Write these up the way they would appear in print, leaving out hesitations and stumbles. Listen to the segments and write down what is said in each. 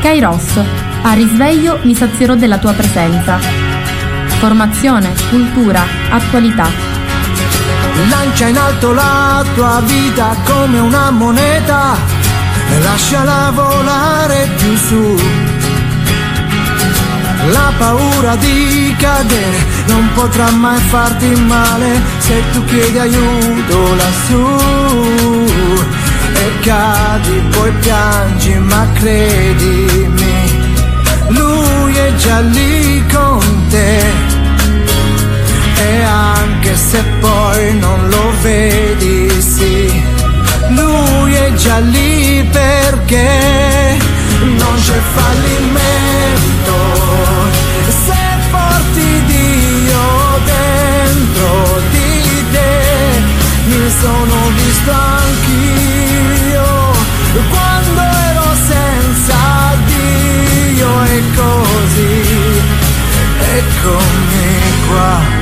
Kairos, a risveglio mi sazierò della tua presenza. Formazione, cultura, attualità. Lancia in alto la tua vita come una moneta e lasciala volare più su. La paura di cadere non potrà mai farti male se tu chiedi aiuto lassù. E cadi, poi piangi, ma credimi, lui è già lì con te. E anche se poi non lo vedi, sì, lui è già lì perché non c'è fallimento se porti Dio dentro di te. Mi sono visto anch'io quando ero senza Dio e così eccomi qua.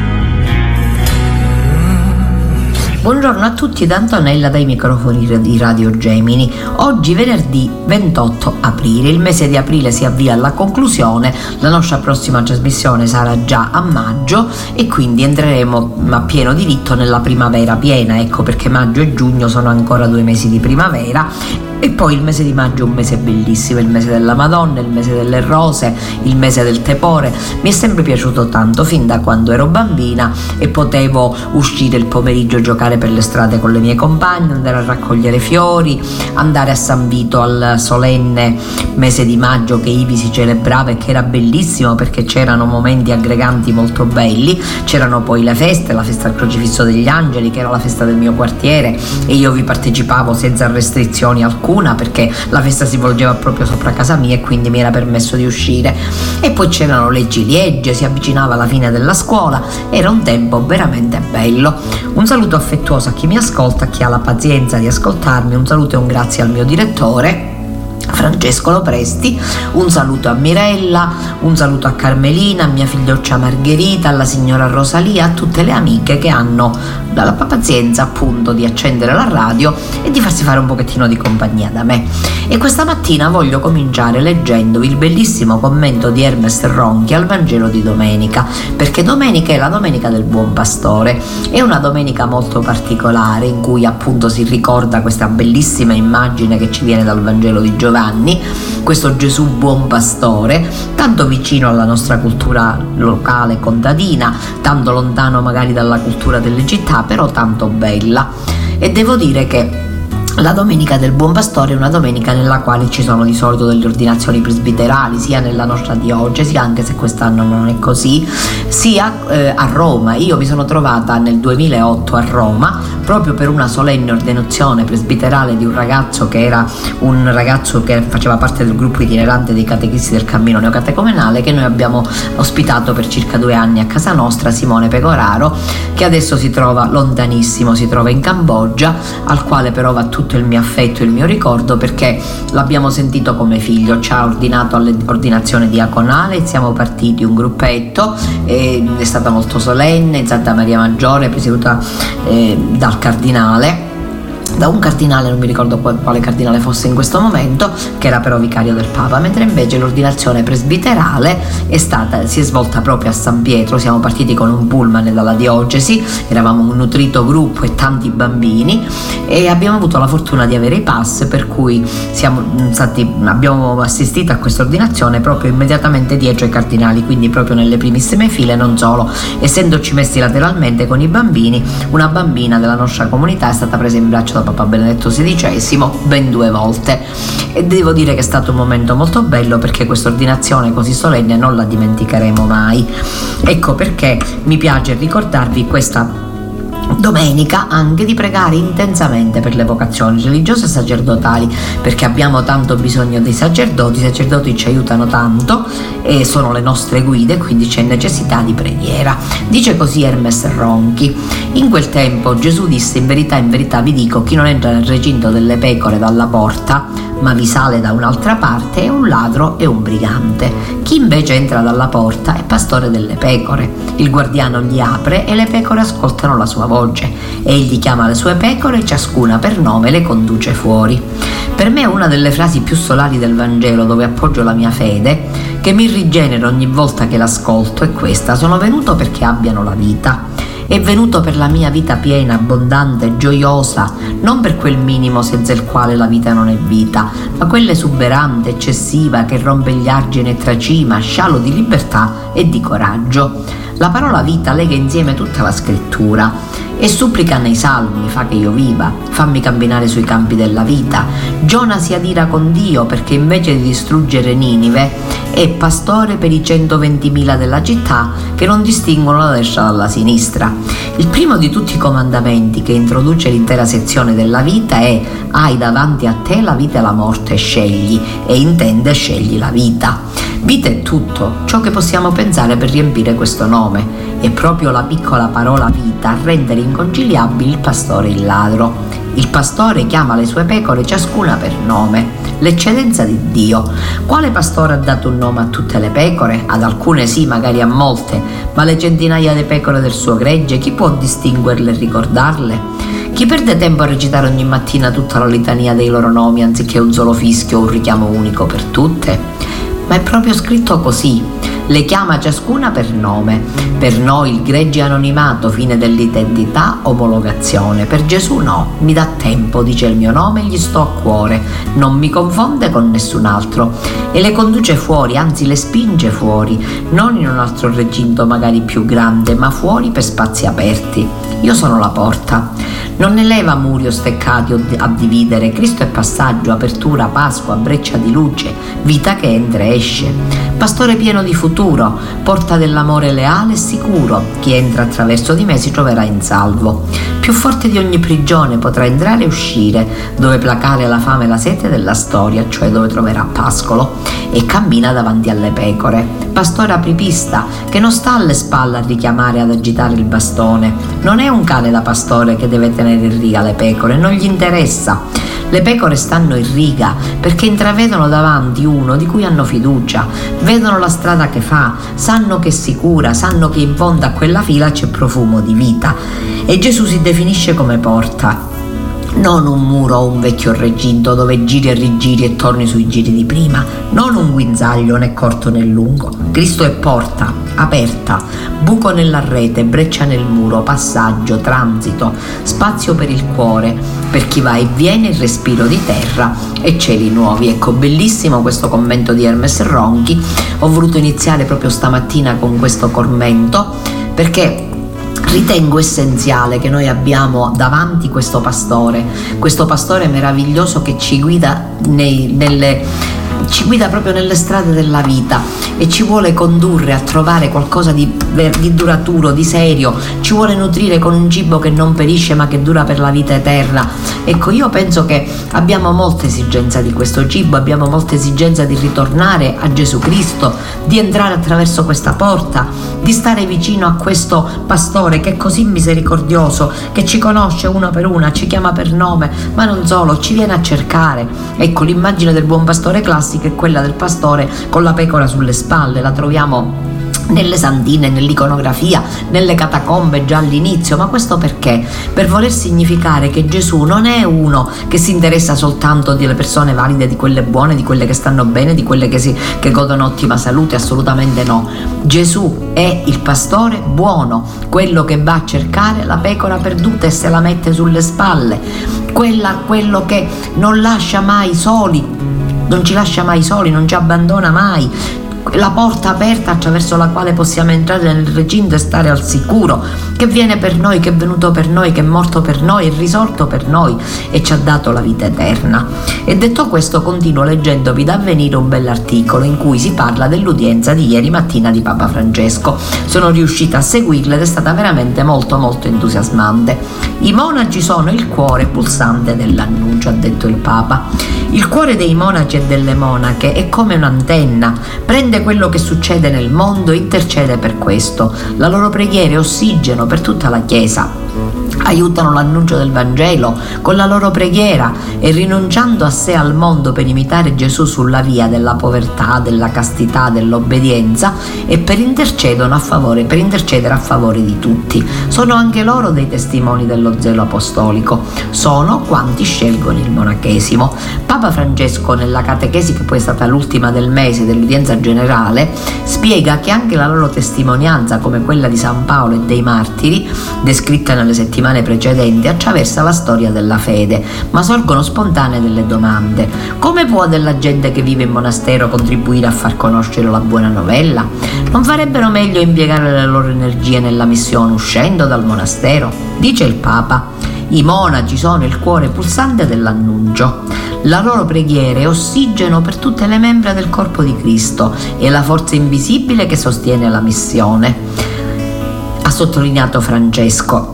Buongiorno a tutti da Antonella dai microfoni di Radio Gemini. Oggi venerdì 28 aprile, il mese di aprile si avvia alla conclusione, la nostra prossima trasmissione sarà già a maggio e quindi entreremo a pieno diritto nella primavera piena, ecco perché maggio e giugno sono ancora 2 mesi di primavera. E poi il mese di maggio è un mese bellissimo, il mese della Madonna, il mese delle rose, il mese del tepore. Mi è sempre piaciuto tanto fin da quando ero bambina e potevo uscire il pomeriggio a giocare per le strade con le mie compagne, andare a raccogliere fiori, andare a San Vito al solenne mese di maggio che ivi si celebrava e che era bellissimo perché c'erano momenti aggreganti molto belli. C'erano poi le feste, la festa al Crocifisso degli Angeli che era la festa del mio quartiere e io vi partecipavo senza restrizioni alcune perché la festa si volgeva proprio sopra casa mia e quindi mi era permesso di uscire. E poi c'erano le ciliegie, si avvicinava la fine della scuola, era un tempo veramente bello. Un saluto affettuoso a chi mi ascolta, a chi ha la pazienza di ascoltarmi, un saluto e un grazie al mio direttore Francesco Lopresti, un saluto a Mirella, un saluto a Carmelina, a mia figlioccia Margherita, alla signora Rosalia, a tutte le amiche che hanno la pazienza appunto di accendere la radio e di farsi fare un pochettino di compagnia da me. E questa mattina voglio cominciare leggendovi il bellissimo commento di Ernest Ronchi al Vangelo di domenica, perché domenica è la domenica del Buon Pastore, è una domenica molto particolare in cui appunto si ricorda questa bellissima immagine che ci viene dal Vangelo di Giovanni, questo Gesù Buon Pastore, tanto vicino alla nostra cultura locale contadina, tanto lontano magari dalla cultura delle città, però tanto bella. E devo dire che la Domenica del Buon Pastore è una domenica nella quale ci sono di solito delle ordinazioni presbiterali, sia nella nostra diocesi, anche se quest'anno non è così, sia a Roma. Io mi sono trovata nel 2008 a Roma proprio per una solenne ordinazione presbiterale di un ragazzo che era un ragazzo che faceva parte del gruppo itinerante dei catechisti del cammino neocatecomenale, che noi abbiamo ospitato per circa 2 anni a casa nostra, Simone Pecoraro, che adesso si trova lontanissimo, si trova in Cambogia, al quale però va tutto il mio affetto e il mio ricordo perché l'abbiamo sentito come figlio. Ci ha ordinato all'ordinazione diaconale, siamo partiti un gruppetto, è stata molto solenne, Santa Maria Maggiore presieduta dal cardinale, da un cardinale, non mi ricordo quale cardinale fosse in questo momento, che era però vicario del Papa, mentre invece l'ordinazione presbiterale si è svolta proprio a San Pietro. Siamo partiti con un pullman dalla diocesi, eravamo un nutrito gruppo e tanti bambini e abbiamo avuto la fortuna di avere i pass, per cui abbiamo assistito a questa ordinazione proprio immediatamente dietro ai cardinali, quindi proprio nelle primissime file. Non solo, essendoci messi lateralmente con i bambini, una bambina della nostra comunità è stata presa in braccio da Papa Benedetto XVI ben 2 volte e devo dire che è stato un momento molto bello perché questa ordinazione così solenne non la dimenticheremo mai. Ecco perché mi piace ricordarvi questa domenica anche di pregare intensamente per le vocazioni religiose e sacerdotali, perché abbiamo tanto bisogno dei sacerdoti. I sacerdoti ci aiutano tanto e sono le nostre guide, quindi c'è necessità di preghiera. Dice così Ernest Ronchi: in quel tempo Gesù disse in verità vi dico, chi non entra nel recinto delle pecore dalla porta ma vi sale da un'altra parte è un ladro e un brigante. Chi invece entra dalla porta è pastore delle pecore. Il guardiano gli apre e le pecore ascoltano la sua voce. Egli chiama le sue pecore e ciascuna per nome le conduce fuori. Per me una delle frasi più solari del Vangelo, dove appoggio la mia fede, che mi rigenera ogni volta che l'ascolto, è questa: sono venuto perché abbiano la vita. È venuto per la mia vita piena, abbondante, gioiosa, non per quel minimo senza il quale la vita non è vita, ma quella esuberante, eccessiva, che rompe gli argini e tracima, scialo di libertà e di coraggio. La parola vita lega insieme tutta la scrittura e supplica nei salmi: fa che io viva, fammi camminare sui campi della vita. Giona si adira con Dio perché invece di distruggere Ninive è pastore per i 120.000 della città che non distinguono la destra dalla sinistra. Il primo di tutti i comandamenti, che introduce l'intera sezione della vita, è: hai davanti a te la vita e la morte, scegli, e intende scegli la vita. Vita è tutto ciò che possiamo pensare per riempire questo nome. È proprio la piccola parola vita a rendere inconciliabili il pastore e il ladro. Il pastore chiama le sue pecore ciascuna per nome, l'eccellenza di Dio. Quale pastore ha dato un nome a tutte le pecore? Ad alcune sì, magari a molte, ma le centinaia di pecore del suo gregge, chi può distinguerle e ricordarle? Chi perde tempo a recitare ogni mattina tutta la litania dei loro nomi anziché un solo fischio o un richiamo unico per tutte? Ma è proprio scritto così: le chiama ciascuna per nome. Per noi il gregge anonimato, fine dell'identità, omologazione. Per Gesù no, mi dà tempo, dice il mio nome, gli sto a cuore, non mi confonde con nessun altro, e le conduce fuori, anzi le spinge fuori, non in un altro recinto magari più grande, ma fuori per spazi aperti. Io sono la porta. Non ne leva muri o steccati a dividere. Cristo è passaggio, apertura, Pasqua, breccia di luce, vita che entra e esce. Pastore pieno di futuro, porta dell'amore leale e sicuro. Chi entra attraverso di me si troverà in salvo. Più forte di ogni prigione potrà entrare e uscire, dove placare la fame e la sete della storia, cioè dove troverà pascolo, e cammina davanti alle pecore. Pastore apripista, che non sta alle spalle a richiamare e ad agitare il bastone. Non è un cane da pastore che deve tenere in riga le pecore, non gli interessa. Le pecore stanno in riga perché intravedono davanti uno di cui hanno fiducia, vedono la strada che fa, sanno che è sicura, sanno che in fondo a quella fila c'è profumo di vita. E Gesù si definisce come porta. Non un muro o un vecchio recinto dove giri e rigiri e torni sui giri di prima, non un guinzaglio né corto né lungo. Cristo è porta, aperta, buco nella rete, breccia nel muro, passaggio, transito, spazio per il cuore, per chi va e viene, il respiro di terra e cieli nuovi. Ecco, bellissimo questo commento di Hermes Ronchi. Ho voluto iniziare proprio stamattina con questo commento perché ritengo essenziale che noi abbiamo davanti questo pastore meraviglioso che ci guida ci guida proprio nelle strade della vita e ci vuole condurre a trovare qualcosa di duraturo, di serio, ci vuole nutrire con un cibo che non perisce ma che dura per la vita eterna. Ecco, io penso che abbiamo molta esigenza di questo cibo, abbiamo molta esigenza di ritornare a Gesù Cristo, di entrare attraverso questa porta, di stare vicino a questo pastore che è così misericordioso, che ci conosce una per una, ci chiama per nome, ma non solo, ci viene a cercare. Ecco, l'immagine del buon pastore classico è quella del pastore con la pecora sulle spalle, la troviamo nelle santine, nell'iconografia, nelle catacombe già all'inizio. Ma questo perché? Per voler significare che Gesù non è uno che si interessa soltanto delle persone valide, di quelle buone, di quelle che stanno bene, di quelle che godono ottima salute, assolutamente no. Gesù è il pastore buono, quello che va a cercare la pecora perduta e se la mette sulle spalle, quello che non lascia mai soli, non ci lascia mai soli, non ci abbandona mai, la porta aperta attraverso la quale possiamo entrare nel recinto e stare al sicuro, che viene per noi, che è venuto per noi, che è morto per noi, è risorto per noi e ci ha dato la vita eterna. E detto questo, continuo leggendovi da Avvenire un bell'articolo in cui si parla dell'udienza di ieri mattina di Papa Francesco. Sono riuscita a seguirla ed è stata veramente molto molto entusiasmante. I monaci sono il cuore pulsante dell'annuncio, ha detto il Papa. Il cuore dei monaci e delle monache è come un'antenna, prende quello che succede nel mondo e intercede per questo. La loro preghiera è ossigeno per tutta la Chiesa. aiutano l'annuncio del Vangelo con la loro preghiera e rinunciando a sé al mondo per imitare Gesù sulla via della povertà, della castità, dell'obbedienza e per intercedere a favore di tutti. Sono anche loro dei testimoni dello zelo apostolico, sono quanti scelgono il monachesimo. Papa Francesco, nella catechesi che poi è stata l'ultima del mese dell'udienza generale, spiega che anche la loro testimonianza, come quella di San Paolo e dei martiri, descritta nelle settimane precedenti, attraversa la storia della fede, ma sorgono spontanee delle domande. Come può della gente che vive in monastero contribuire a far conoscere la buona novella? Non farebbero meglio impiegare le loro energie nella missione uscendo dal monastero? Dice il Papa: i monaci sono il cuore pulsante dell'annuncio. La loro preghiera è ossigeno per tutte le membra del corpo di Cristo e la forza invisibile che sostiene la missione, ha sottolineato Francesco.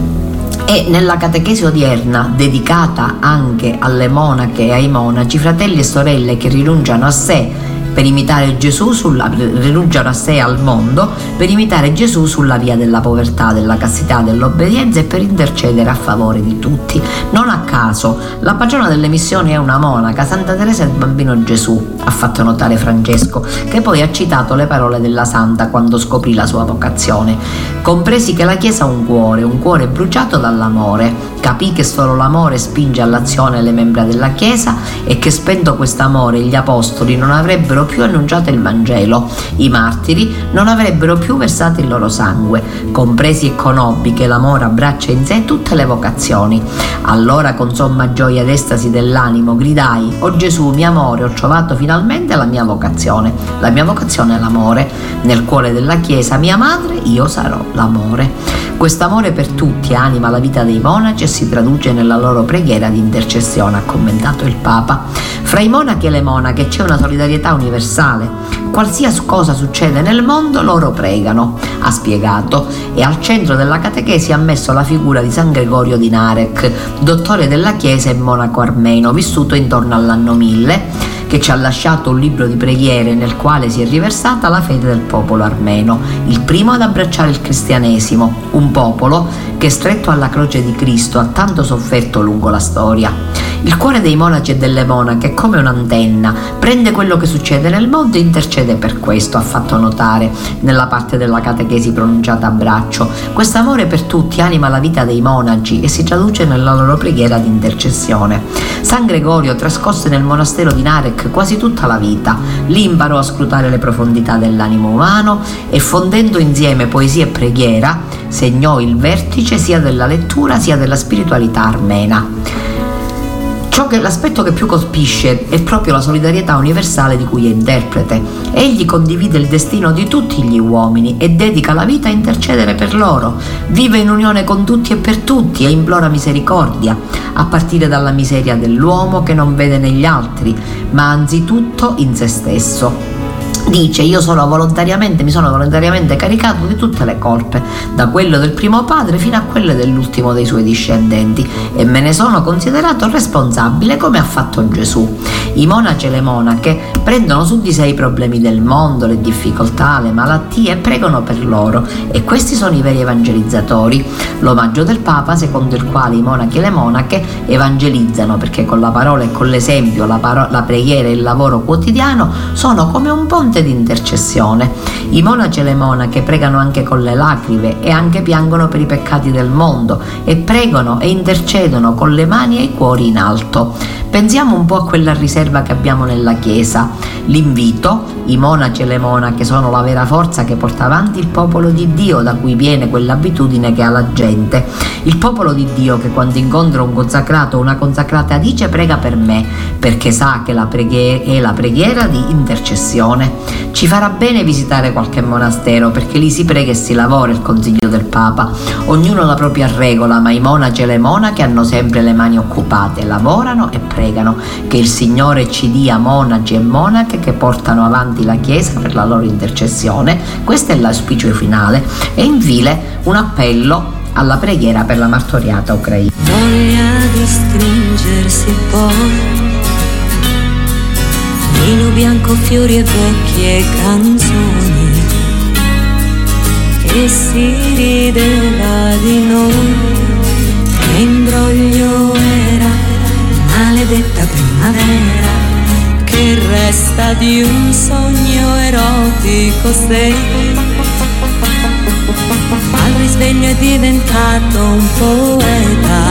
E nella catechesi odierna, dedicata anche alle monache e ai monaci, fratelli e sorelle che rinunciano a sé per imitare Gesù rinunciano a sé e al mondo per imitare Gesù sulla via della povertà, della castità, dell'obbedienza e per intercedere a favore di tutti. Non a caso la patrona delle missioni è una monaca, Santa Teresa del Bambino Gesù, ha fatto notare Francesco, che poi ha citato le parole della santa quando scoprì la sua vocazione. Compresi che la Chiesa ha un cuore bruciato dall'amore. Capì che solo l'amore spinge all'azione le membra della Chiesa e che spento quest'amore gli apostoli non avrebbero più annunciato il Vangelo, i martiri non avrebbero più versato il loro sangue. Compresi e conobbi che l'amore abbraccia in sé tutte le vocazioni. Allora con somma gioia ed estasi dell'animo gridai: o Gesù mio amore, ho trovato finalmente la mia vocazione. La mia vocazione è l'amore. Nel cuore della Chiesa mia madre io sarò l'amore. Quest'amore per tutti anima la vita dei monaci e si traduce nella loro preghiera di intercessione, ha commentato il Papa. Fra i monachi e le monache c'è una solidarietà universale. Qualsiasi cosa succede nel mondo loro pregano, ha spiegato, e al centro della catechesi ha messo la figura di San Gregorio di Narek, dottore della Chiesa e monaco armeno, vissuto intorno all'anno 1000, che ci ha lasciato un libro di preghiere nel quale si è riversata la fede del popolo armeno, il primo ad abbracciare il cristianesimo, un popolo che stretto alla croce di Cristo ha tanto sofferto lungo la storia. Il cuore dei monaci e delle monache è come un'antenna, prende quello che succede nel mondo e intercede per questo, ha fatto notare nella parte della catechesi pronunciata a braccio. Quest'amore per tutti anima la vita dei monaci e si traduce nella loro preghiera di intercessione. San Gregorio trascorse nel monastero di Narek quasi tutta la vita. Lì imparò a scrutare le profondità dell'animo umano e, fondendo insieme poesia e preghiera, segnò il vertice sia della lettura sia della spiritualità armena. L'aspetto che più colpisce è proprio la solidarietà universale di cui è interprete. Egli condivide il destino di tutti gli uomini e dedica la vita a intercedere per loro. Vive in unione con tutti e per tutti e implora misericordia, a partire dalla miseria dell'uomo che non vede negli altri, ma anzitutto in se stesso. Dice: io mi sono volontariamente caricato di tutte le colpe, da quello del primo padre fino a quelle dell'ultimo dei suoi discendenti, e me ne sono considerato responsabile come ha fatto Gesù. I monaci e le monache prendono su di sé i problemi del mondo, le difficoltà, le malattie e pregano per loro, e questi sono i veri evangelizzatori. L'omaggio del Papa, secondo il quale i monachi e le monache evangelizzano perché con la parola e con l'esempio, la preghiera e il lavoro quotidiano sono come un ponte di intercessione. I monaci e le monache pregano anche con le lacrime e anche piangono per i peccati del mondo e pregano e intercedono con le mani e i cuori in alto. Pensiamo un po' a quella riserva che abbiamo nella Chiesa. L'invito: i monaci e le monache sono la vera forza che porta avanti il popolo di Dio, da cui viene quell'abitudine che ha la gente. Il popolo di Dio che quando incontra un consacrato o una consacrata dice: prega per me, perché sa che è la preghiera di intercessione. Ci farà bene visitare qualche monastero, perché lì si prega e si lavora, il consiglio del Papa. Ognuno la propria regola, ma i monaci e le monache hanno sempre le mani occupate, lavorano e pregano. Che il Signore ci dia monaci e monache che portano avanti la Chiesa per la loro intercessione. Questo è l'auspicio finale. E infine un appello alla preghiera per la martoriata ucraina. Voglia di stringersi poi, vino bianco, fiori e vecchie canzoni, e si rideva di noi maledetta primavera che resta di un sogno erotico sei. Al risveglio è diventato un poeta,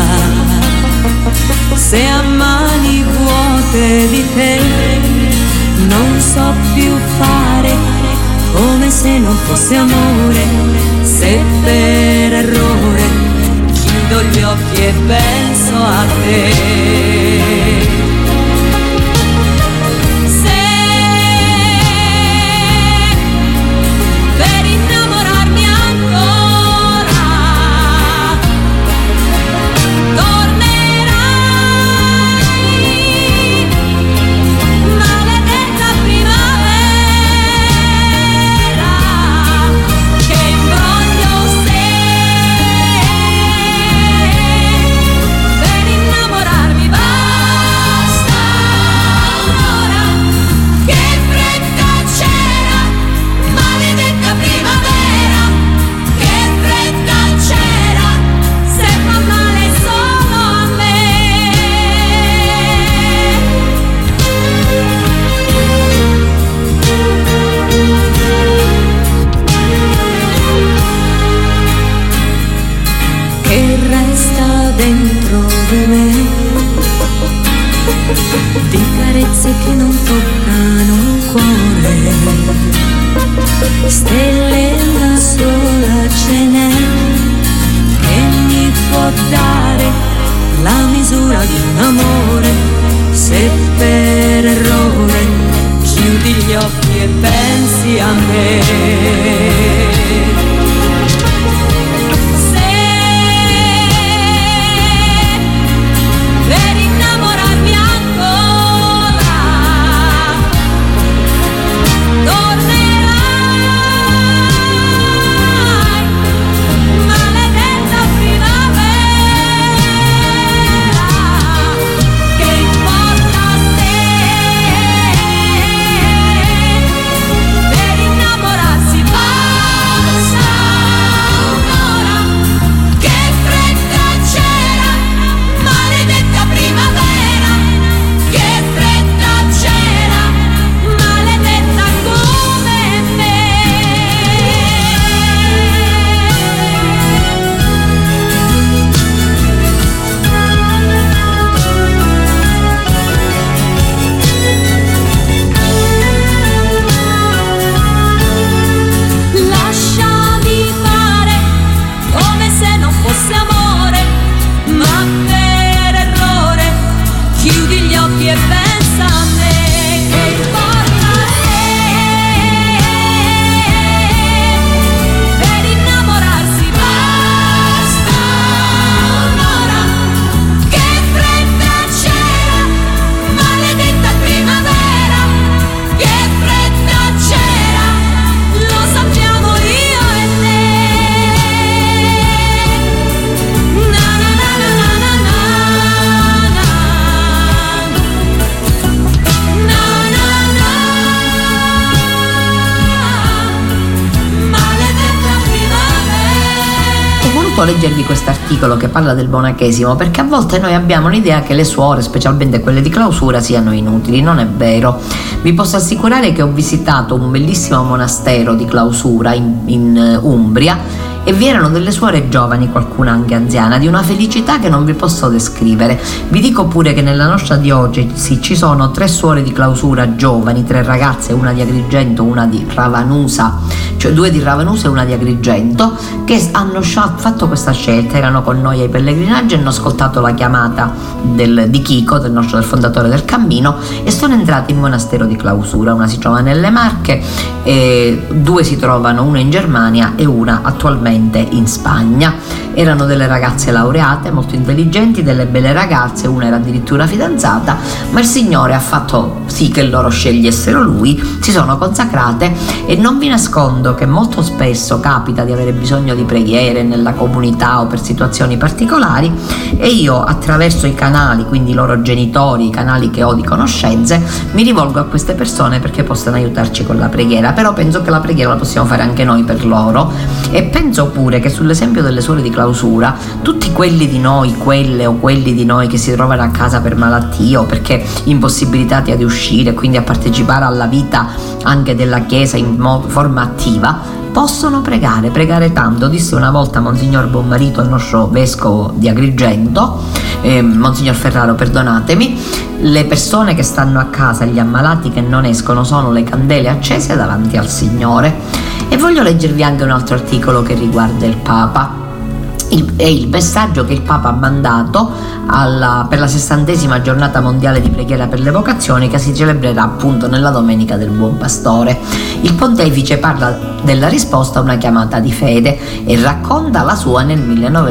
se a mani vuote di te non so più fare, come se non fosse amore, se per errore chiudo gli occhi e penso a te. Di carezze che non toccano il cuore, stelle una sola ce n'è che mi può dare la misura di un amore, se per errore chiudi gli occhi e pensi a me. Leggervi questo articolo che parla del monachesimo, perché a volte noi abbiamo l'idea che le suore, specialmente quelle di clausura, siano inutili. Non è vero. Vi posso assicurare che ho visitato un bellissimo monastero di clausura in Umbria e vi erano delle suore giovani, qualcuna anche anziana, di una felicità che non vi posso descrivere. Vi dico pure che nella nostra diocesi ci sono 3 suore di clausura giovani, 3 ragazze, una di Agrigento, una di Ravanusa, cioè 2 di Ravanusa e una di Agrigento, che hanno fatto questa scelta, erano con noi ai pellegrinaggi, hanno ascoltato la chiamata di Chico, del fondatore del cammino, e sono entrati in monastero di clausura. Una si trova nelle Marche, 2 si trovano, una in Germania e una attualmente in Spagna. Erano delle ragazze laureate, molto intelligenti, delle belle ragazze, una era addirittura fidanzata, ma il Signore ha fatto sì che loro scegliessero Lui, si sono consacrate, e non vi nascondo che molto spesso capita di avere bisogno di preghiere nella comunità o per situazioni particolari, e io attraverso i canali, quindi i loro genitori, i canali che ho di conoscenze, mi rivolgo a queste persone perché possano aiutarci con la preghiera. Però penso che la preghiera la possiamo fare anche noi per loro, e penso Penso pure che sull'esempio delle suore di clausura, tutti quelli di noi, quelle o quelli di noi che si trovano a casa per malattia o perché impossibilitati ad uscire, quindi a partecipare alla vita anche della Chiesa in forma attiva, possono pregare tanto. Disse una volta Monsignor Bonmarito, il nostro vescovo di Agrigento, Monsignor Ferraro, perdonatemi: le persone che stanno a casa, gli ammalati che non escono, sono le candele accese davanti al Signore. E voglio leggervi anche un altro articolo che riguarda il Papa. È il messaggio che il Papa ha mandato per la 60ª giornata mondiale di preghiera per le vocazioni, che si celebrerà appunto nella Domenica del Buon Pastore. Il pontefice parla della risposta a una chiamata di fede e racconta la sua nel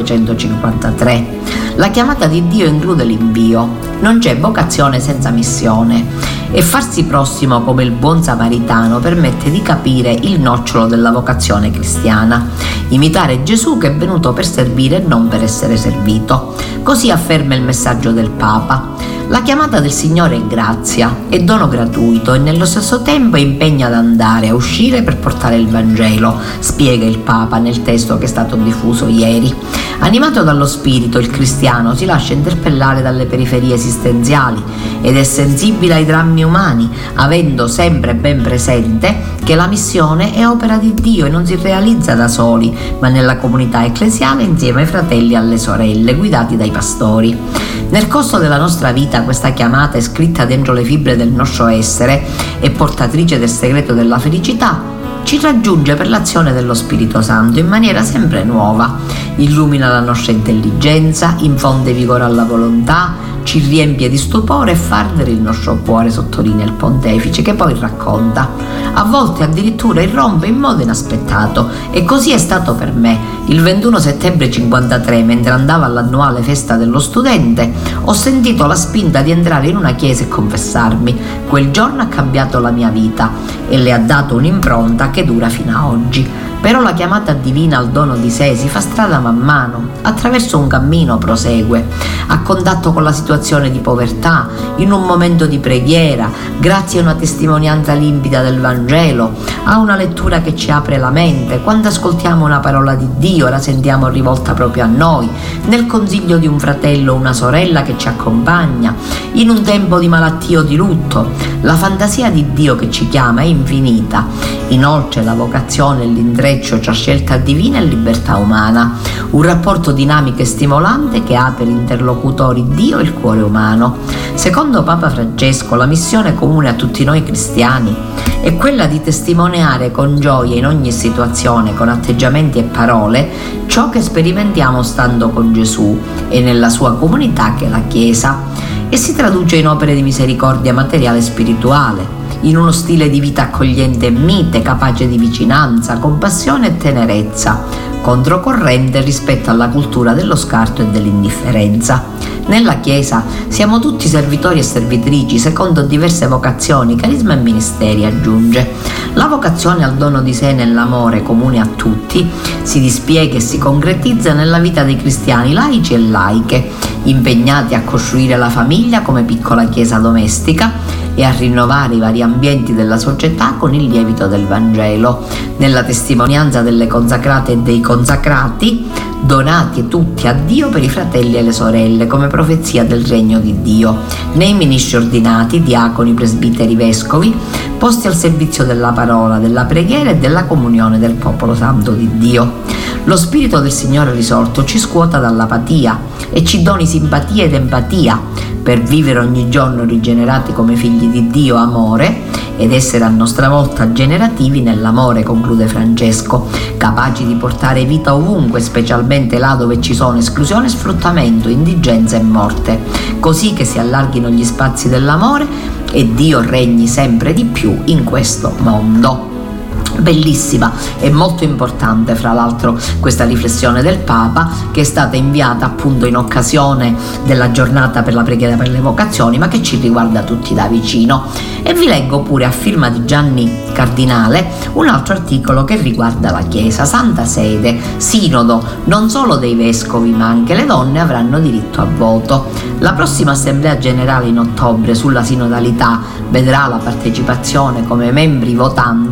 1953. La chiamata di Dio include l'invio. Non c'è vocazione senza missione, e farsi prossimo come il buon samaritano permette di capire il nocciolo della vocazione cristiana: imitare Gesù che è venuto per servire e non per essere servito. Così afferma il messaggio del Papa. La chiamata del Signore è grazia, è dono gratuito e nello stesso tempo impegna ad andare, a uscire per portare il Vangelo, spiega il Papa nel testo che è stato diffuso ieri. Animato dallo Spirito, il cristiano si lascia interpellare dalle periferie esistenziali ed è sensibile ai drammi umani, avendo sempre ben presente che la missione è opera di Dio e non si realizza da soli, ma nella comunità ecclesiale insieme ai fratelli e alle sorelle, guidati dai pastori. Nel corso della nostra vita questa chiamata è scritta dentro le fibre del nostro essere e portatrice del segreto della felicità. Ci raggiunge per l'azione dello Spirito Santo in maniera sempre nuova, illumina la nostra intelligenza, infonde vigore alla volontà, ci riempie di stupore e fa ardere il nostro cuore, sottolinea il pontefice, che poi racconta. A volte addirittura irrompe in modo inaspettato, e così è stato per me. Il 21 settembre 53, mentre andavo all'annuale festa dello studente, ho sentito la spinta di entrare in una chiesa e confessarmi. Quel giorno ha cambiato la mia vita e le ha dato un'impronta che dura fino a oggi. Però la chiamata divina al dono di sé si fa strada man mano, attraverso un cammino prosegue, a contatto con la situazione di povertà, in un momento di preghiera, grazie a una testimonianza limpida del Vangelo, a una lettura che ci apre la mente, quando ascoltiamo una parola di Dio e la sentiamo rivolta proprio a noi, nel consiglio di un fratello o una sorella che ci accompagna, in un tempo di malattia o di lutto. La fantasia di Dio che ci chiama è infinita. Inoltre la vocazione e l'intreccio tra scelta divina e libertà umana, un rapporto dinamico e stimolante che ha per interlocutori Dio e il cuore umano. Secondo Papa Francesco, la missione comune a tutti noi cristiani è quella di testimoniare con gioia in ogni situazione, con atteggiamenti e parole, ciò che sperimentiamo stando con Gesù e nella sua comunità che è la Chiesa, e si traduce in opere di misericordia materiale e spirituale, in uno stile di vita accogliente e mite, capace di vicinanza, compassione e tenerezza, controcorrente rispetto alla cultura dello scarto e dell'indifferenza. Nella Chiesa siamo tutti servitori e servitrici secondo diverse vocazioni, carisma e ministeri, aggiunge. La vocazione al dono di sé nell'amore comune a tutti si dispiega e si concretizza nella vita dei cristiani laici e laiche, impegnati a costruire la famiglia come piccola chiesa domestica e a rinnovare i vari ambienti della società con il lievito del Vangelo, nella testimonianza delle consacrate e dei consacrati, donati tutti a Dio per i fratelli e le sorelle come profezia del regno di Dio, nei ministri ordinati, diaconi, presbiteri, vescovi, posti al servizio della parola, della preghiera e della comunione del popolo santo di Dio. Lo Spirito del Signore risorto ci scuota dall'apatia e ci doni simpatia ed empatia per vivere ogni giorno rigenerati come figli di Dio, amore, ed essere a nostra volta generativi nell'amore, conclude Francesco, capaci di portare vita ovunque, specialmente là dove ci sono esclusione, sfruttamento, indigenza e morte, così che si allarghino gli spazi dell'amore e Dio regni sempre di più in questo mondo. Bellissima e molto importante, fra l'altro, questa riflessione del Papa, che è stata inviata appunto in occasione della giornata per la preghiera per le vocazioni, ma che ci riguarda tutti da vicino. E vi leggo pure, a firma di Gianni Cardinale, un altro articolo che riguarda la Chiesa. Santa Sede, Sinodo, non solo dei vescovi ma anche le donne avranno diritto a voto. La prossima Assemblea Generale in ottobre sulla sinodalità vedrà la partecipazione come membri votanti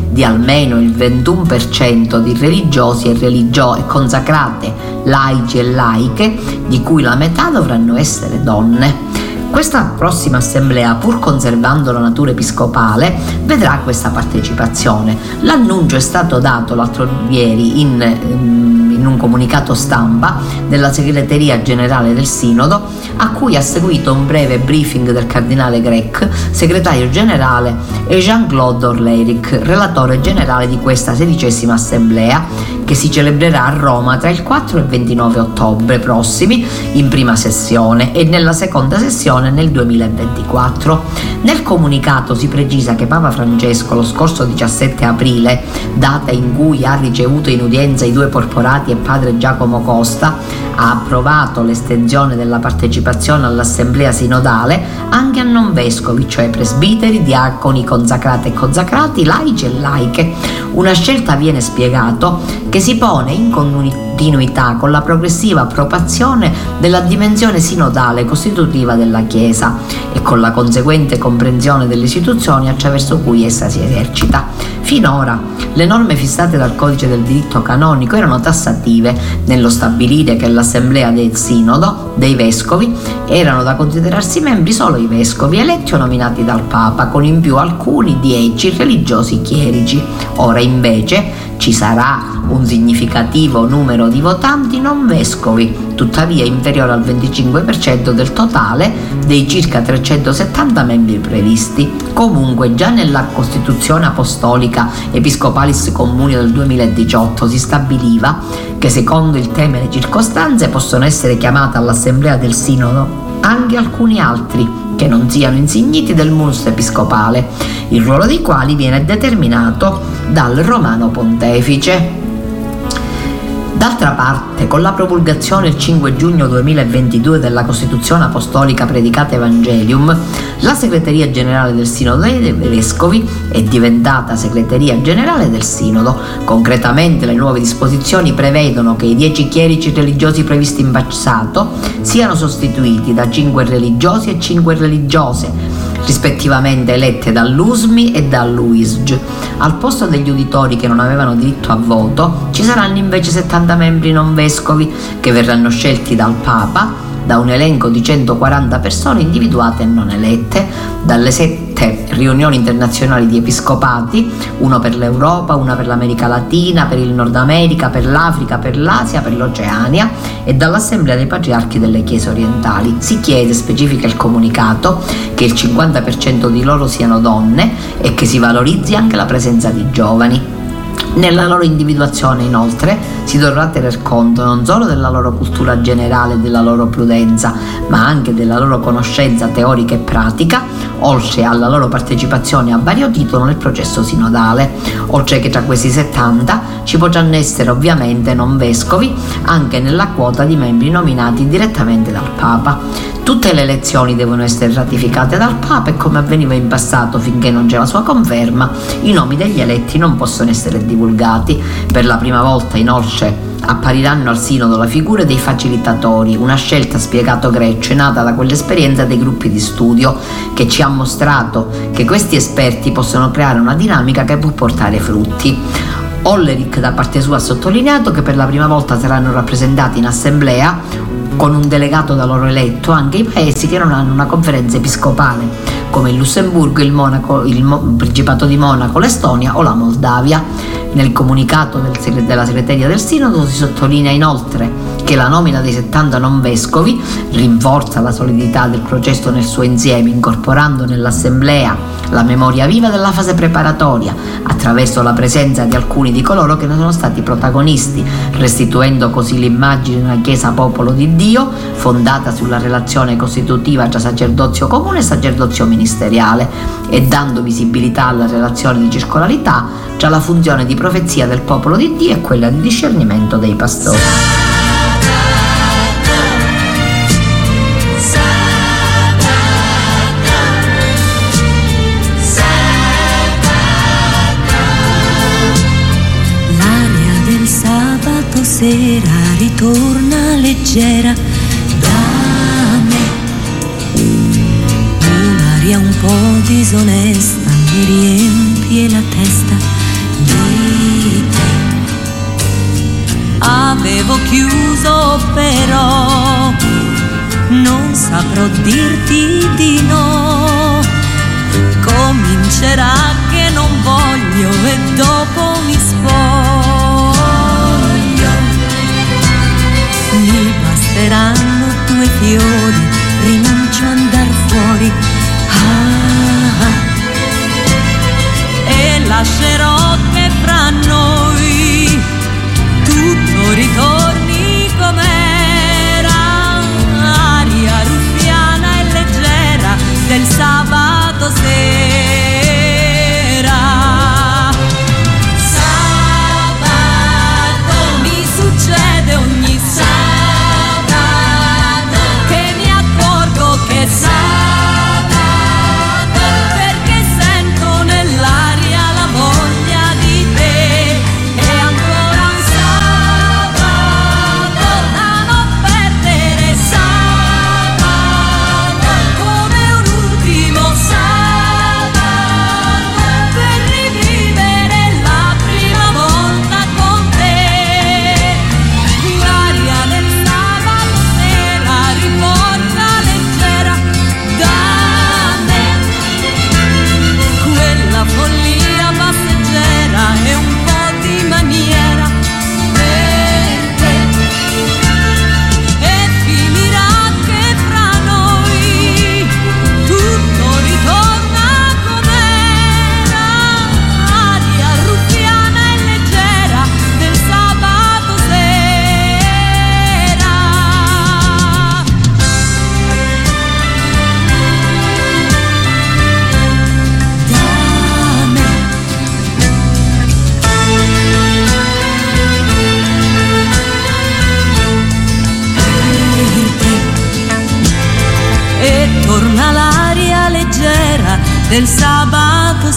di almeno il 21% di religiosi e consacrate, laici e laiche, di cui la metà dovranno essere donne. Questa prossima assemblea, pur conservando la natura episcopale, vedrà questa partecipazione. L'annuncio è stato dato l'altro ieri in un comunicato stampa della segreteria generale del Sinodo, a cui ha seguito un breve briefing del cardinale Grech, segretario generale, e Jean-Claude Orleric, relatore generale di questa 16ª assemblea, che si celebrerà a Roma tra il 4 e il 29 ottobre prossimi in prima sessione e nella seconda sessione nel 2024. Nel comunicato si precisa che Papa Francesco lo scorso 17 aprile, data in cui ha ricevuto in udienza i due porporati e padre Giacomo Costa, ha approvato l'estensione della partecipazione all'assemblea sinodale anche a non vescovi, cioè presbiteri, diaconi, consacrate e consacrati, laici e laiche. Una scelta, viene spiegato, che si pone in continuità con la progressiva appropriazione della dimensione sinodale costitutiva della Chiesa e con la conseguente comprensione delle istituzioni attraverso cui essa si esercita. Finora le norme fissate dal Codice del diritto canonico erano tassative nello stabilire che l'assemblea del Sinodo dei vescovi erano da considerarsi membri solo i vescovi eletti o nominati dal Papa, con in più alcuni 10 religiosi chierici. Ora invece ci sarà un significativo numero di votanti non vescovi, tuttavia inferiore al 25% del totale dei circa 370 membri previsti. Comunque già nella Costituzione Apostolica Episcopalis Communio del 2018 si stabiliva che secondo il tema e le circostanze possono essere chiamate all'assemblea del Sinodo anche alcuni altri che non siano insigniti del munus episcopale, il ruolo dei quali viene determinato dal Romano Pontefice. D'altra parte, con la promulgazione il 5 giugno 2022 della Costituzione Apostolica Predicata Evangelium, la Segreteria Generale del Sinodo dei Vescovi è diventata Segreteria Generale del Sinodo. Concretamente le nuove disposizioni prevedono che i 10 chierici religiosi previsti in passato siano sostituiti da 5 religiosi e 5 religiose, rispettivamente elette dall'USMI e dall'UISG. Al posto degli uditori che non avevano diritto a voto, ci saranno invece 70 membri non vescovi che verranno scelti dal Papa da un elenco di 140 persone individuate e non elette dalle 7 riunioni internazionali di episcopati, uno per l'Europa, una per l'America Latina, per il Nord America, per l'Africa, per l'Asia, per l'Oceania, e dall'Assemblea dei Patriarchi delle Chiese Orientali. Si chiede, specifica il comunicato, che il 50% di loro siano donne e che si valorizzi anche la presenza di giovani. Nella loro individuazione, inoltre, si dovrà tener conto non solo della loro cultura generale e della loro prudenza, ma anche della loro conoscenza teorica e pratica, oltre alla loro partecipazione a vario titolo nel processo sinodale. Oltre che tra questi 70 ci potranno essere ovviamente non vescovi, anche nella quota di membri nominati direttamente dal Papa. Tutte le elezioni devono essere ratificate dal Papa e, come avveniva in passato finché non c'è la sua conferma, i nomi degli eletti non possono essere divulgati. Per la prima volta, inoltre, appariranno al Sinodo la figura dei facilitatori, una scelta, spiegato Greccio, nata da quell'esperienza dei gruppi di studio, che ci ha mostrato che questi esperti possono creare una dinamica che può portare frutti. Orleric da parte sua ha sottolineato che per la prima volta saranno rappresentati in assemblea, con un delegato da loro eletto, anche i paesi che non hanno una conferenza episcopale, come il Lussemburgo, il Principato di Monaco, l'Estonia o la Moldavia. Nel comunicato della segreteria del Sinodo si sottolinea inoltre che la nomina dei 70 non vescovi rinforza la solidità del processo nel suo insieme, incorporando nell'assemblea la memoria viva della fase preparatoria, attraverso la presenza di alcuni di coloro che ne sono stati protagonisti, restituendo così l'immagine di una Chiesa popolo di Dio, fondata sulla relazione costitutiva tra sacerdozio comune e sacerdozio ministeriale, e dando visibilità alla relazione di circolarità tra la funzione di profezia del popolo di Dio e quella di discernimento dei pastori. L'aria del sabato sera ritorna leggera da me, un'aria un po' disonesta mi riempie la testa dirti di no. Comincerà che non voglio e dopo mi spoglio. Mi basteranno 2 fiori, rinuncio a andar fuori. E lascerò che fra noi tutto ritorni com'era, aria ruffiana e leggera del sabato sera. Sabato mi succede ogni sabato che mi accorgo che sabato, perché sento nell'aria la voglia di te. E ancora un sabato da non perdere, sabato come un ultimo sabato per rivivere la prima volta con te. L'aria del sabato sera riporta leggera da me quella follia passeggera e un po' di maniera per te. E finirà che fra noi tutto ritorna com'era, aria ruffiana e leggera del sabato sera. Da me. E torna l'aria leggera del sabato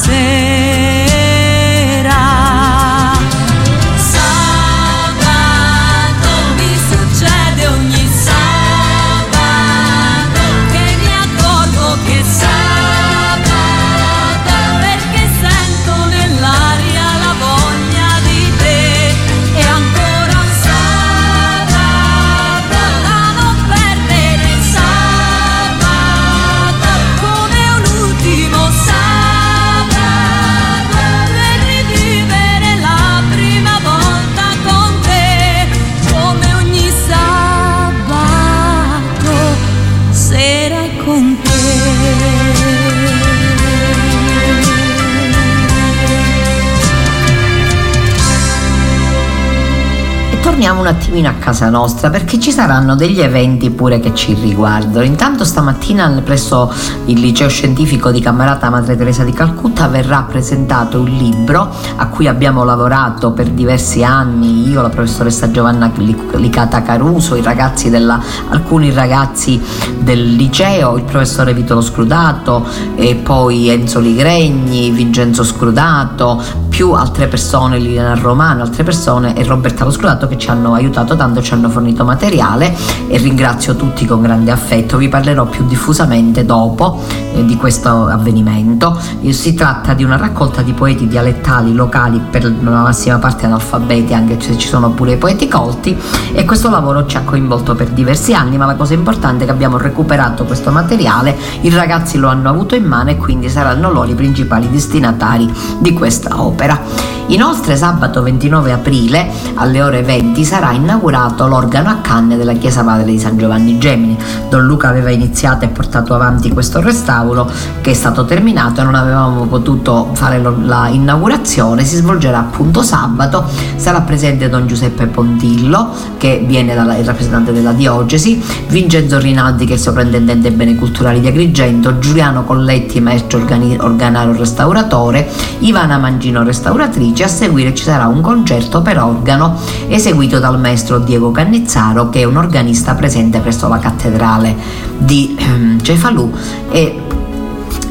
sera. Sabato mi succede ogni sabato che mi accorgo che sabato, perché sento nell'aria la voglia di te. E ancora un sabato da non perdere, sabato come un ultimo sabato per rivivere la prima volta con te. Come ogni sabato sera con te. E torniamo un attimino a casa nostra, perché ci saranno degli eventi pure che ci riguardano. Intanto stamattina presso il liceo scientifico di Camerata Madre Teresa di Calcutta verrà presentato un libro a cui abbiamo lavorato per diversi anni, io, la professoressa Giovanna Licata Caruso, alcuni ragazzi del liceo, il professore Vitolo Scrudato e poi Enzo Ligregni, Vincenzo Scrudato, più altre persone, Liliana Romano, altre persone e Roberta Lo Scrudato, che ci hanno aiutato tanto, ci hanno fornito materiale, e ringrazio tutti con grande affetto. Vi parlerò più diffusamente dopo di questo avvenimento. Si tratta di una raccolta di poeti dialettali locali, per la massima parte analfabeti, anche se ci sono pure i poeti colti, e questo lavoro ci ha coinvolto per diversi anni, ma la cosa importante è che abbiamo recuperato questo materiale, i ragazzi lo hanno avuto in mano e quindi saranno loro i principali destinatari di questa opera. Inoltre sabato 29 aprile alle ore 20 sarà inaugurato l'organo a canne della Chiesa Padre di San Giovanni Gemini. Don Luca aveva iniziato e portato avanti questo restauro che è stato terminato e non avevamo potuto fare la inaugurazione. Si svolgerà appunto sabato, sarà presente Don Giuseppe Pontillo, che viene il rappresentante della diocesi, Vincenzo Rinaldi, che è il sovrintendente dei beni culturali di Agrigento, Giuliano Colletti, maestro organaro restauratore, Ivana Mangino restauratrice. A seguire ci sarà un concerto per organo eseguito dal maestro Diego Cannizzaro, che è un organista presente presso la cattedrale di Cefalù, e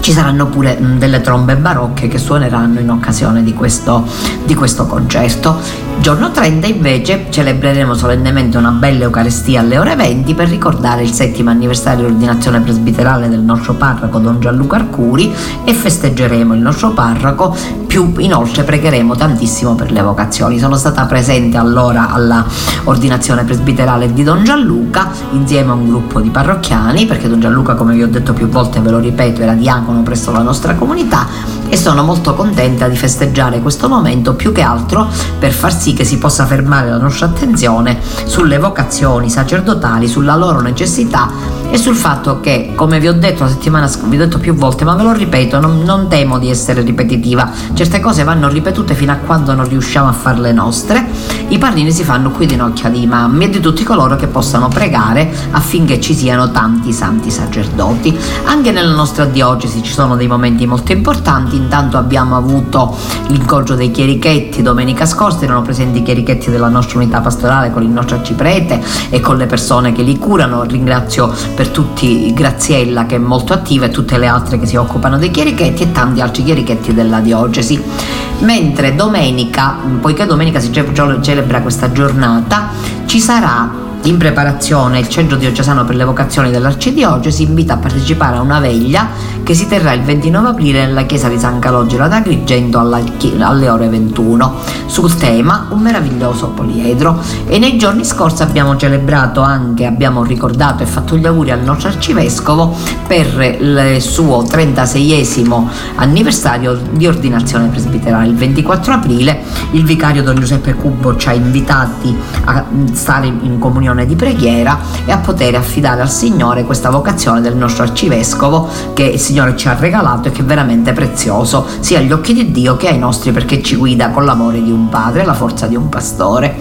Ci saranno pure delle trombe barocche che suoneranno in occasione di questo concerto. Giorno 30 invece celebreremo solennemente una bella Eucaristia alle ore 20 per ricordare il 7° anniversario dell'ordinazione presbiterale del nostro parroco Don Gianluca Arcuri e festeggeremo il nostro parroco, inoltre pregheremo tantissimo per le vocazioni. Sono stata presente allora alla ordinazione presbiterale di Don Gianluca insieme a un gruppo di parrocchiani, perché Don Gianluca, come vi ho detto più volte, ve lo ripeto, era diacono presso la nostra comunità, e sono molto contenta di festeggiare questo momento, più che altro per far sì che si possa fermare la nostra attenzione sulle vocazioni sacerdotali, sulla loro necessità e sul fatto che, come vi ho detto la settimana scorsa, vi ho detto più volte, ma ve lo ripeto, non temo di essere ripetitiva, certe cose vanno ripetute fino a quando non riusciamo a farle nostre. I pannini si fanno qui di nocchia di mammi e di tutti coloro che possano pregare affinché ci siano tanti santi sacerdoti. Anche nella nostra diocesi ci sono dei momenti molto importanti. Intanto abbiamo avuto l'incontro dei chierichetti domenica scorsa, erano presenti i chierichetti della nostra unità pastorale con il nostro arciprete e con le persone che li curano. Ringrazio per tutti Graziella, che è molto attiva, e tutte le altre che si occupano dei chierichetti e tanti altri chierichetti della diocesi. Mentre domenica, poiché domenica si celebra questa giornata, ci sarà in preparazione il Centro Diocesano per le Vocazioni dell'Arcidiocesi invita a partecipare a una veglia che si terrà il 29 aprile nella chiesa di San Calogero ad Agrigento alle ore 21 sul tema Un meraviglioso poliedro. E nei giorni scorsi abbiamo ricordato e fatto gli auguri al nostro arcivescovo per il suo 36esimo anniversario di ordinazione presbiterale. Il 24 aprile il vicario Don Giuseppe Cubo ci ha invitati a stare in comunione di preghiera e a poter affidare al Signore questa vocazione del nostro arcivescovo, che il Signore ci ha regalato e che è veramente prezioso sia agli occhi di Dio che ai nostri, perché ci guida con l'amore di un padre e la forza di un pastore.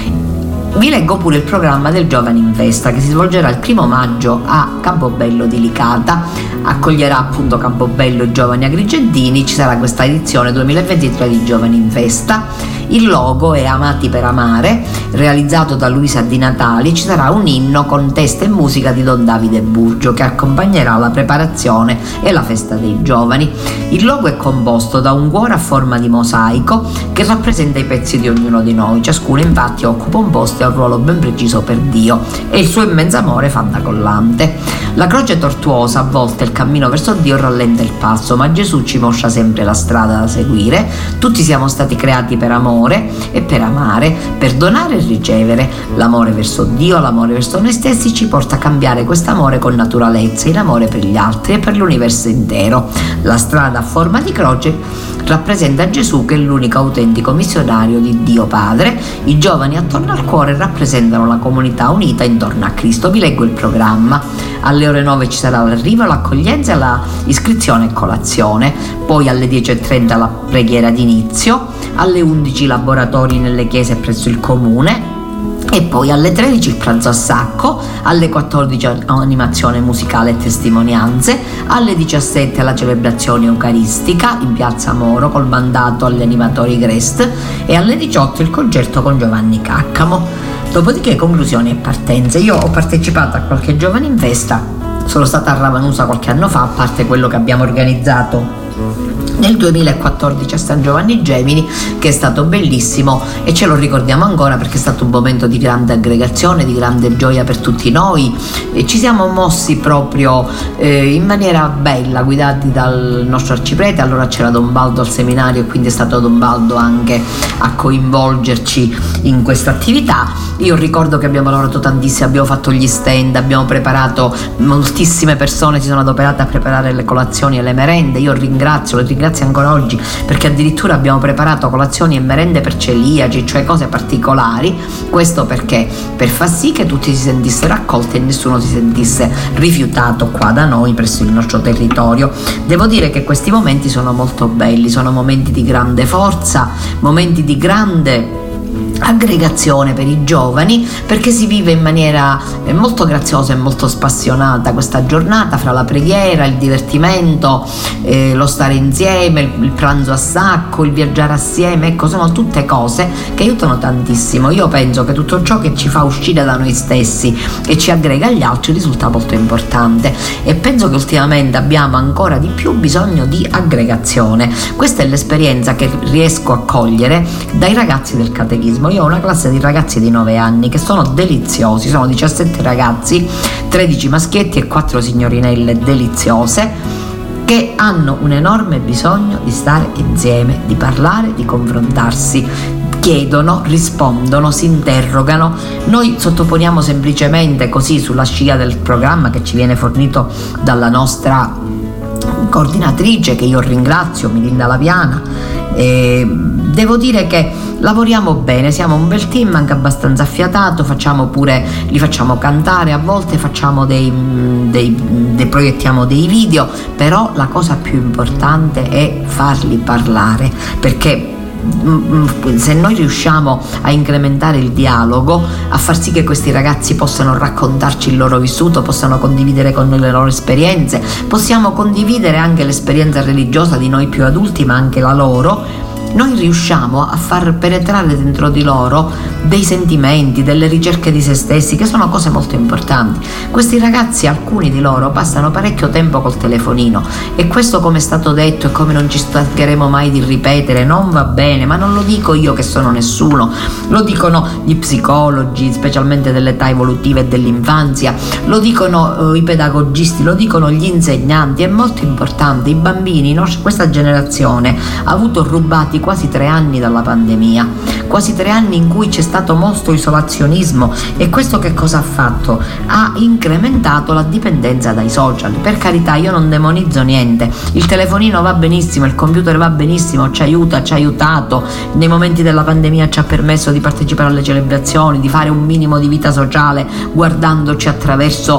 Vi leggo pure il programma del Giovani in Festa, che si svolgerà il 1° maggio a Campobello di Licata. Accoglierà appunto Campobello i giovani agrigentini. Ci sarà questa edizione 2023 di Giovani in Festa. Il logo è Amati per Amare, realizzato da Luisa Di Natali. Ci sarà un inno con testo e musica di Don Davide Burgio che accompagnerà la preparazione e la festa dei giovani. Il logo è composto da un cuore a forma di mosaico che rappresenta i pezzi di ognuno di noi. Ciascuno infatti occupa un posto e ha un ruolo ben preciso per Dio, e il suo immenso amore fa da collante. La croce tortuosa, a volte il cammino verso Dio, rallenta il passo, ma Gesù ci mostra sempre la strada da seguire. Tutti siamo stati creati per amore e per amare, per donare e ricevere. L'amore verso Dio, l'amore verso noi stessi ci porta a cambiare quest'amore con naturalezza in amore per gli altri e per l'universo intero. La strada a forma di croce rappresenta Gesù, che è l'unico autentico missionario di Dio Padre. I giovani attorno al cuore rappresentano la comunità unita intorno a Cristo. Vi leggo il programma. Alle ore 9 ci sarà l'arrivo, l'accoglienza, la iscrizione e colazione, poi alle 10:30 la preghiera d'inizio, alle 11 laboratori nelle chiese presso il comune, e poi alle 13 il pranzo a sacco, alle 14 animazione musicale e testimonianze, alle 17 la celebrazione eucaristica in piazza Moro col mandato agli animatori Grest, e alle 18 il concerto con Giovanni Caccamo. Dopodiché conclusioni e partenze. Io ho partecipato a qualche Giovani in Festa, sono stata a Ravanusa qualche anno fa, a parte quello che abbiamo organizzato nel 2014 a San Giovanni Gemini, che è stato bellissimo e ce lo ricordiamo ancora perché è stato un momento di grande aggregazione, di grande gioia per tutti noi, e ci siamo mossi proprio in maniera bella, guidati dal nostro arciprete. Allora c'era Don Baldo al seminario e quindi è stato Don Baldo anche a coinvolgerci in questa attività. Io ricordo che abbiamo lavorato tantissimo, abbiamo fatto gli stand, abbiamo preparato, moltissime persone si sono adoperate a preparare le colazioni e le merende. Io ringrazio ancora oggi, perché addirittura abbiamo preparato colazioni e merende per celiaci, cioè cose particolari. Questo perché? Per far sì che tutti si sentissero accolti e nessuno si sentisse rifiutato qua da noi presso il nostro territorio. Devo dire che questi momenti sono molto belli, sono momenti di grande forza, momenti di grande aggregazione per i giovani, perché si vive in maniera molto graziosa e molto spassionata questa giornata, fra la preghiera, il divertimento, lo stare insieme, il pranzo a sacco, il viaggiare assieme. Ecco, sono tutte cose che aiutano tantissimo. Io penso che tutto ciò che ci fa uscire da noi stessi e ci aggrega agli altri risulta molto importante, e penso che ultimamente abbiamo ancora di più bisogno di aggregazione. Questa è l'esperienza che riesco a cogliere dai ragazzi del catechismo. Io ho una classe di ragazzi di 9 anni che sono deliziosi, sono 17 ragazzi, 13 maschietti e 4 signorinelle deliziose, che hanno un enorme bisogno di stare insieme, di parlare, di confrontarsi, chiedono, rispondono, si interrogano. Noi sottoponiamo semplicemente, così sulla scia del programma che ci viene fornito dalla nostra coordinatrice, che io ringrazio, Milinda Laviana, devo dire che lavoriamo bene, siamo un bel team, anche abbastanza affiatato, li facciamo cantare, a volte facciamo proiettiamo dei video, però la cosa più importante è farli parlare, perché se noi riusciamo a incrementare il dialogo, a far sì che questi ragazzi possano raccontarci il loro vissuto, possano condividere con noi le loro esperienze, possiamo condividere anche l'esperienza religiosa di noi più adulti, ma anche la loro, noi riusciamo a far penetrare dentro di loro dei sentimenti, delle ricerche di se stessi, che sono cose molto importanti. Questi ragazzi, alcuni di loro, passano parecchio tempo col telefonino, e questo, come è stato detto e come non ci stancheremo mai di ripetere, non va bene. Ma non lo dico io che sono nessuno, lo dicono gli psicologi, specialmente dell'età evolutiva e dell'infanzia, lo dicono i pedagogisti, lo dicono gli insegnanti. È molto importante. I bambini, questa generazione ha avuto rubati quasi 3 anni dalla pandemia, quasi 3 anni in cui c'è stato molto isolazionismo, e questo che cosa ha fatto? Ha incrementato la dipendenza dai social. Per carità, io non demonizzo niente, il telefonino va benissimo, il computer va benissimo, ci aiuta, ci ha aiutato nei momenti della pandemia, ci ha permesso di partecipare alle celebrazioni, di fare un minimo di vita sociale guardandoci attraverso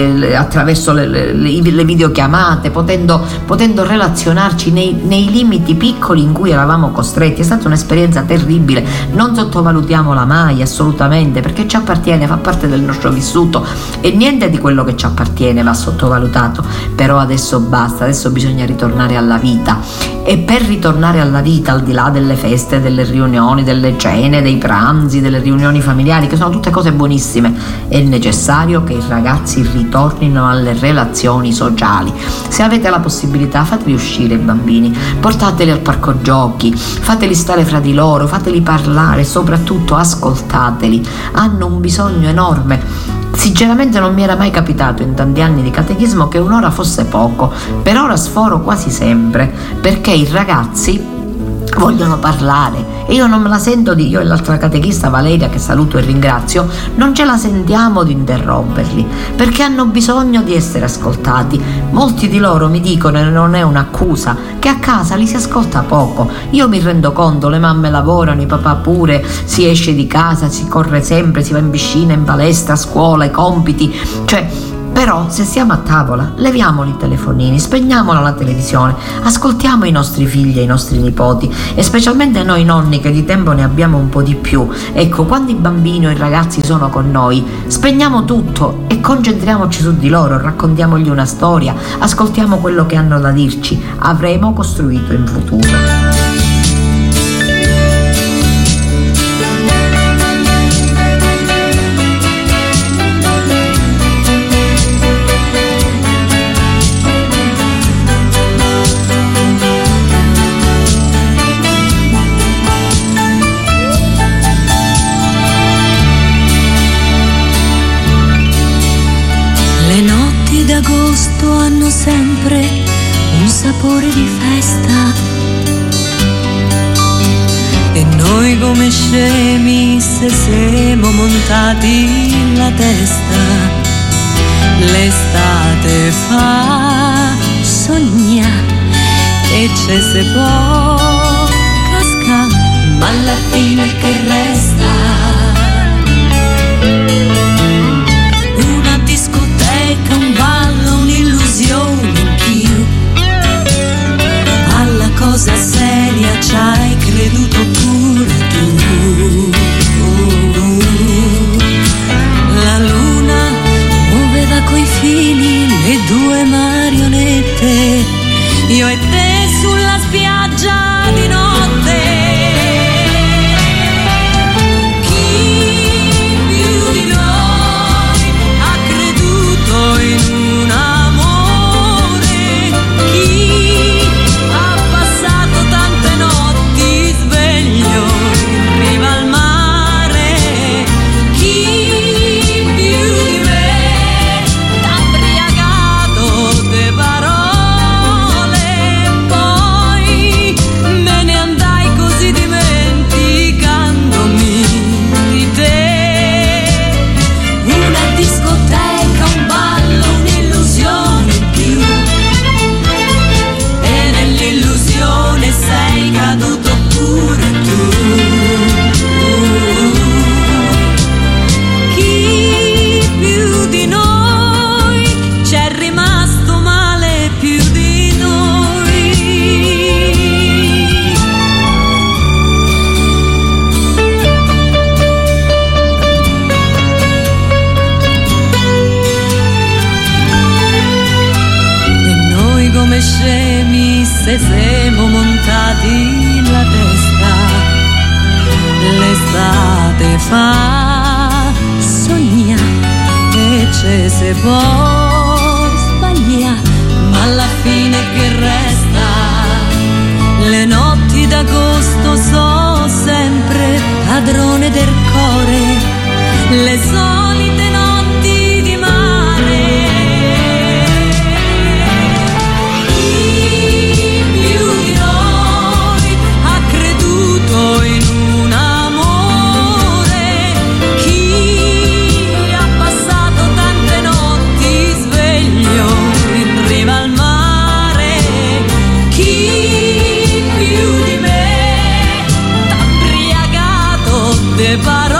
le videochiamate, potendo relazionarci nei limiti piccoli in cui eravamo costretti. È stata un'esperienza terribile, non sottovalutiamola mai, assolutamente, perché ci appartiene, fa parte del nostro vissuto, e niente di quello che ci appartiene va sottovalutato. Però adesso basta, adesso bisogna ritornare alla vita, e per ritornare alla vita, al di là delle feste, delle riunioni, delle cene, dei pranzi, delle riunioni familiari, che sono tutte cose buonissime, è necessario che i ragazzi ritornino alle relazioni sociali. Se avete la possibilità, fateli uscire i bambini, portateli al parco giochi, fateli stare fra di loro, fateli parlare, soprattutto ascoltateli. Hanno un bisogno enorme. Sinceramente non mi era mai capitato in tanti anni di catechismo che un'ora fosse poco. Per ora sforo quasi sempre, perché i ragazzi vogliono parlare, e io non me la sento io e l'altra catechista Valeria, che saluto e ringrazio, non ce la sentiamo di interromperli, perché hanno bisogno di essere ascoltati. Molti di loro mi dicono, e non è un'accusa, che a casa li si ascolta poco. Io mi rendo conto, le mamme lavorano, i papà pure, si esce di casa, si corre sempre, si va in piscina, in palestra, a scuola, i compiti, però se siamo a tavola, leviamoli i telefonini, spegniamola la televisione, ascoltiamo i nostri figli e i nostri nipoti, e specialmente noi nonni, che di tempo ne abbiamo un po' di più. Ecco, quando i bambini o i ragazzi sono con noi, spegniamo tutto e concentriamoci su di loro, raccontiamogli una storia, ascoltiamo quello che hanno da dirci. Avremo costruito in futuro. D'agosto hanno sempre un sapore di festa, e noi come scemi se siamo montati la testa. L'estate fa sogna e c'è se può casca, ma alla fine che resta? Una discoteca, un ballo, un'illusione in più. Alla cosa seria ci hai creduto pure tu. montati la testa. L'estate fa sogna e c'è se può sbaglia, ma alla fine che resta? Le notti d'agosto so sempre padrone del cuore, le solite notti di mare. Chi più di noi ha creduto in un amore? Chi ha passato tante notti sveglio in riva al mare? Chi più di me t'ha embriagato de parole?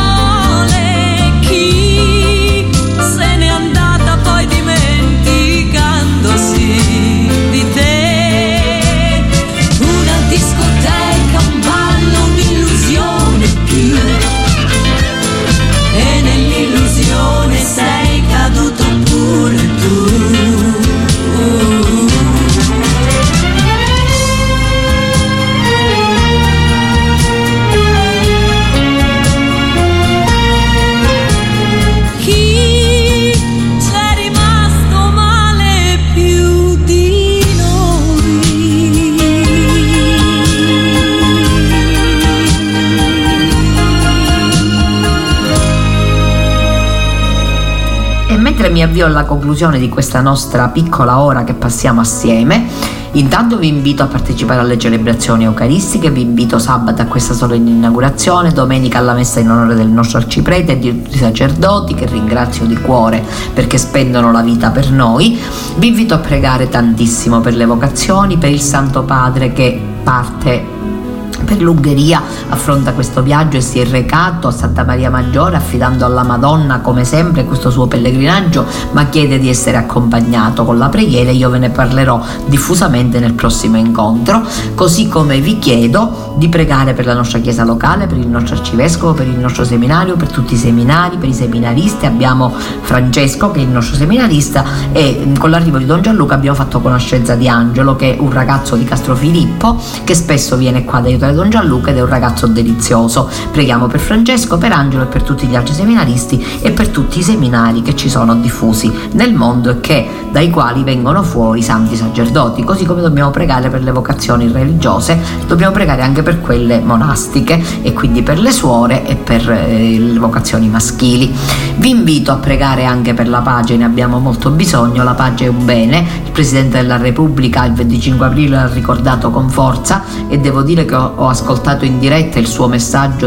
Mi avvio alla conclusione di questa nostra piccola ora che passiamo assieme. Intanto vi invito a partecipare alle celebrazioni eucaristiche, vi invito sabato a questa solenne inaugurazione, domenica alla messa in onore del nostro arciprete e di tutti i sacerdoti che ringrazio di cuore perché spendono la vita per noi. Vi invito a pregare tantissimo per le vocazioni, per il Santo Padre che parte per l'Ungheria, affronta questo viaggio e si è recato a Santa Maria Maggiore affidando alla Madonna come sempre questo suo pellegrinaggio, ma chiede di essere accompagnato con la preghiera. Io ve ne parlerò diffusamente nel prossimo incontro, così come vi chiedo di pregare per la nostra chiesa locale, per il nostro arcivescovo, per il nostro seminario, per tutti i seminari, per i seminaristi. Abbiamo Francesco che è il nostro seminarista e con l'arrivo di Don Gianluca abbiamo fatto conoscenza di Angelo, che è un ragazzo di Castrofilippo che spesso viene qua ad aiutare Don Gianluca ed è un ragazzo delizioso. Preghiamo per Francesco, per Angelo e per tutti gli altri seminaristi e per tutti i seminari che ci sono diffusi nel mondo e dai quali vengono fuori santi sacerdoti. Così come dobbiamo pregare per le vocazioni religiose, dobbiamo pregare anche per quelle monastiche e quindi per le suore e per le vocazioni maschili. Vi invito a pregare anche per la pace, ne abbiamo molto bisogno, la pace è un bene. Il Presidente della Repubblica il 25 aprile l'ha ricordato con forza e devo dire che ho ascoltato in diretta il suo messaggio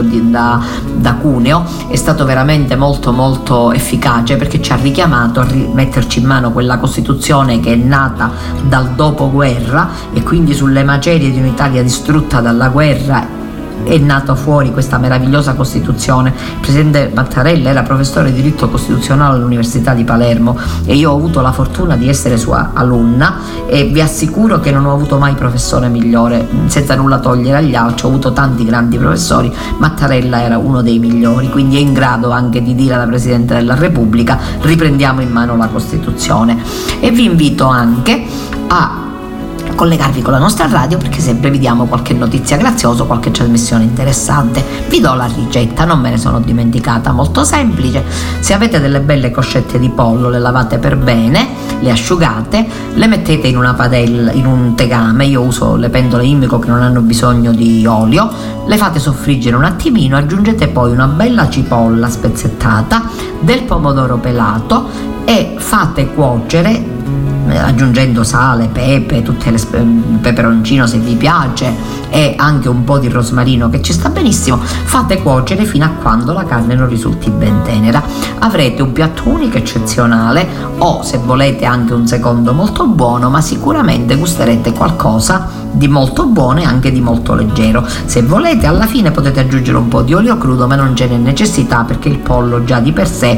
da Cuneo. È stato veramente molto molto efficace perché ci ha richiamato a rimetterci in mano quella Costituzione che è nata dal dopoguerra e quindi sulle macerie di un'Italia distrutta dalla guerra è nata fuori questa meravigliosa Costituzione. Il presidente Mattarella era professore di diritto costituzionale all'Università di Palermo e io ho avuto la fortuna di essere sua alunna e vi assicuro che non ho avuto mai professore migliore, senza nulla togliere agli altri. Ho avuto tanti grandi professori, Mattarella era uno dei migliori, quindi è in grado anche di dire alla Presidente della Repubblica: riprendiamo in mano la Costituzione. E vi invito anche a collegarvi con la nostra radio perché sempre vi diamo qualche notizia graziosa, qualche trasmissione interessante. Vi do la ricetta, non me ne sono dimenticata, molto semplice. Se avete delle belle coscette di pollo, le lavate per bene, le asciugate, le mettete in una padella, in un tegame. Io uso le pentole Immico che non hanno bisogno di olio, le fate soffriggere un attimino, aggiungete poi una bella cipolla spezzettata, del pomodoro pelato e fate cuocere, aggiungendo sale, pepe, tutte le peperoncino se vi piace e anche un po' di rosmarino che ci sta benissimo. Fate cuocere fino a quando la carne non risulti ben tenera. Avrete un piatto unico eccezionale, o se volete anche un secondo molto buono, ma sicuramente gusterete qualcosa di molto buono e anche di molto leggero. Se volete alla fine potete aggiungere un po' di olio crudo, ma non ce n'è necessità perché il pollo già di per sé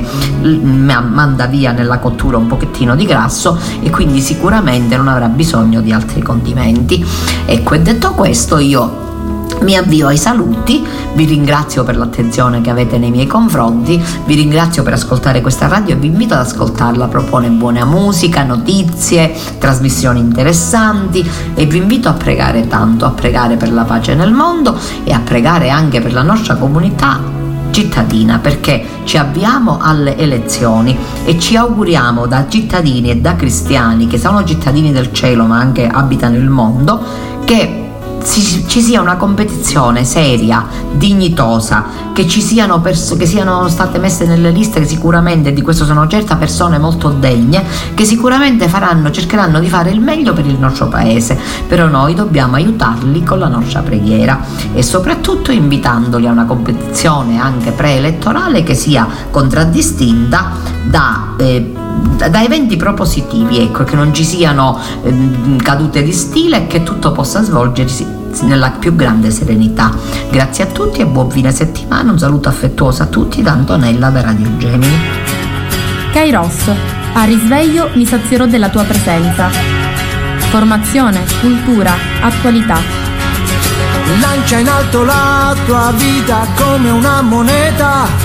manda via nella cottura un pochettino di grasso e quindi sicuramente non avrà bisogno di altri condimenti. Ecco, e detto questo io Mi avvio ai saluti, vi ringrazio per l'attenzione che avete nei miei confronti, vi ringrazio per ascoltare questa radio e vi invito ad ascoltarla, propone buona musica, notizie, trasmissioni interessanti e vi invito a pregare tanto, a pregare per la pace nel mondo e a pregare anche per la nostra comunità cittadina, perché ci avviamo alle elezioni e ci auguriamo da cittadini e da cristiani che sono cittadini del cielo ma anche abitano il mondo che ci sia una competizione seria, dignitosa, che ci siano che siano state messe nelle liste che sicuramente, di questo sono certa, persone molto degne che sicuramente cercheranno di fare il meglio per il nostro paese, però noi dobbiamo aiutarli con la nostra preghiera e soprattutto invitandoli a una competizione anche preelettorale che sia contraddistinta da eventi propositivi, ecco, che non ci siano cadute di stile e che tutto possa svolgersi nella più grande serenità. Grazie a tutti e buon fine settimana, un saluto affettuoso a tutti da Antonella da Radio Gemini. Kairos, a risveglio mi sazierò della tua presenza. Formazione, cultura, attualità. Lancia in alto la tua vita come una moneta.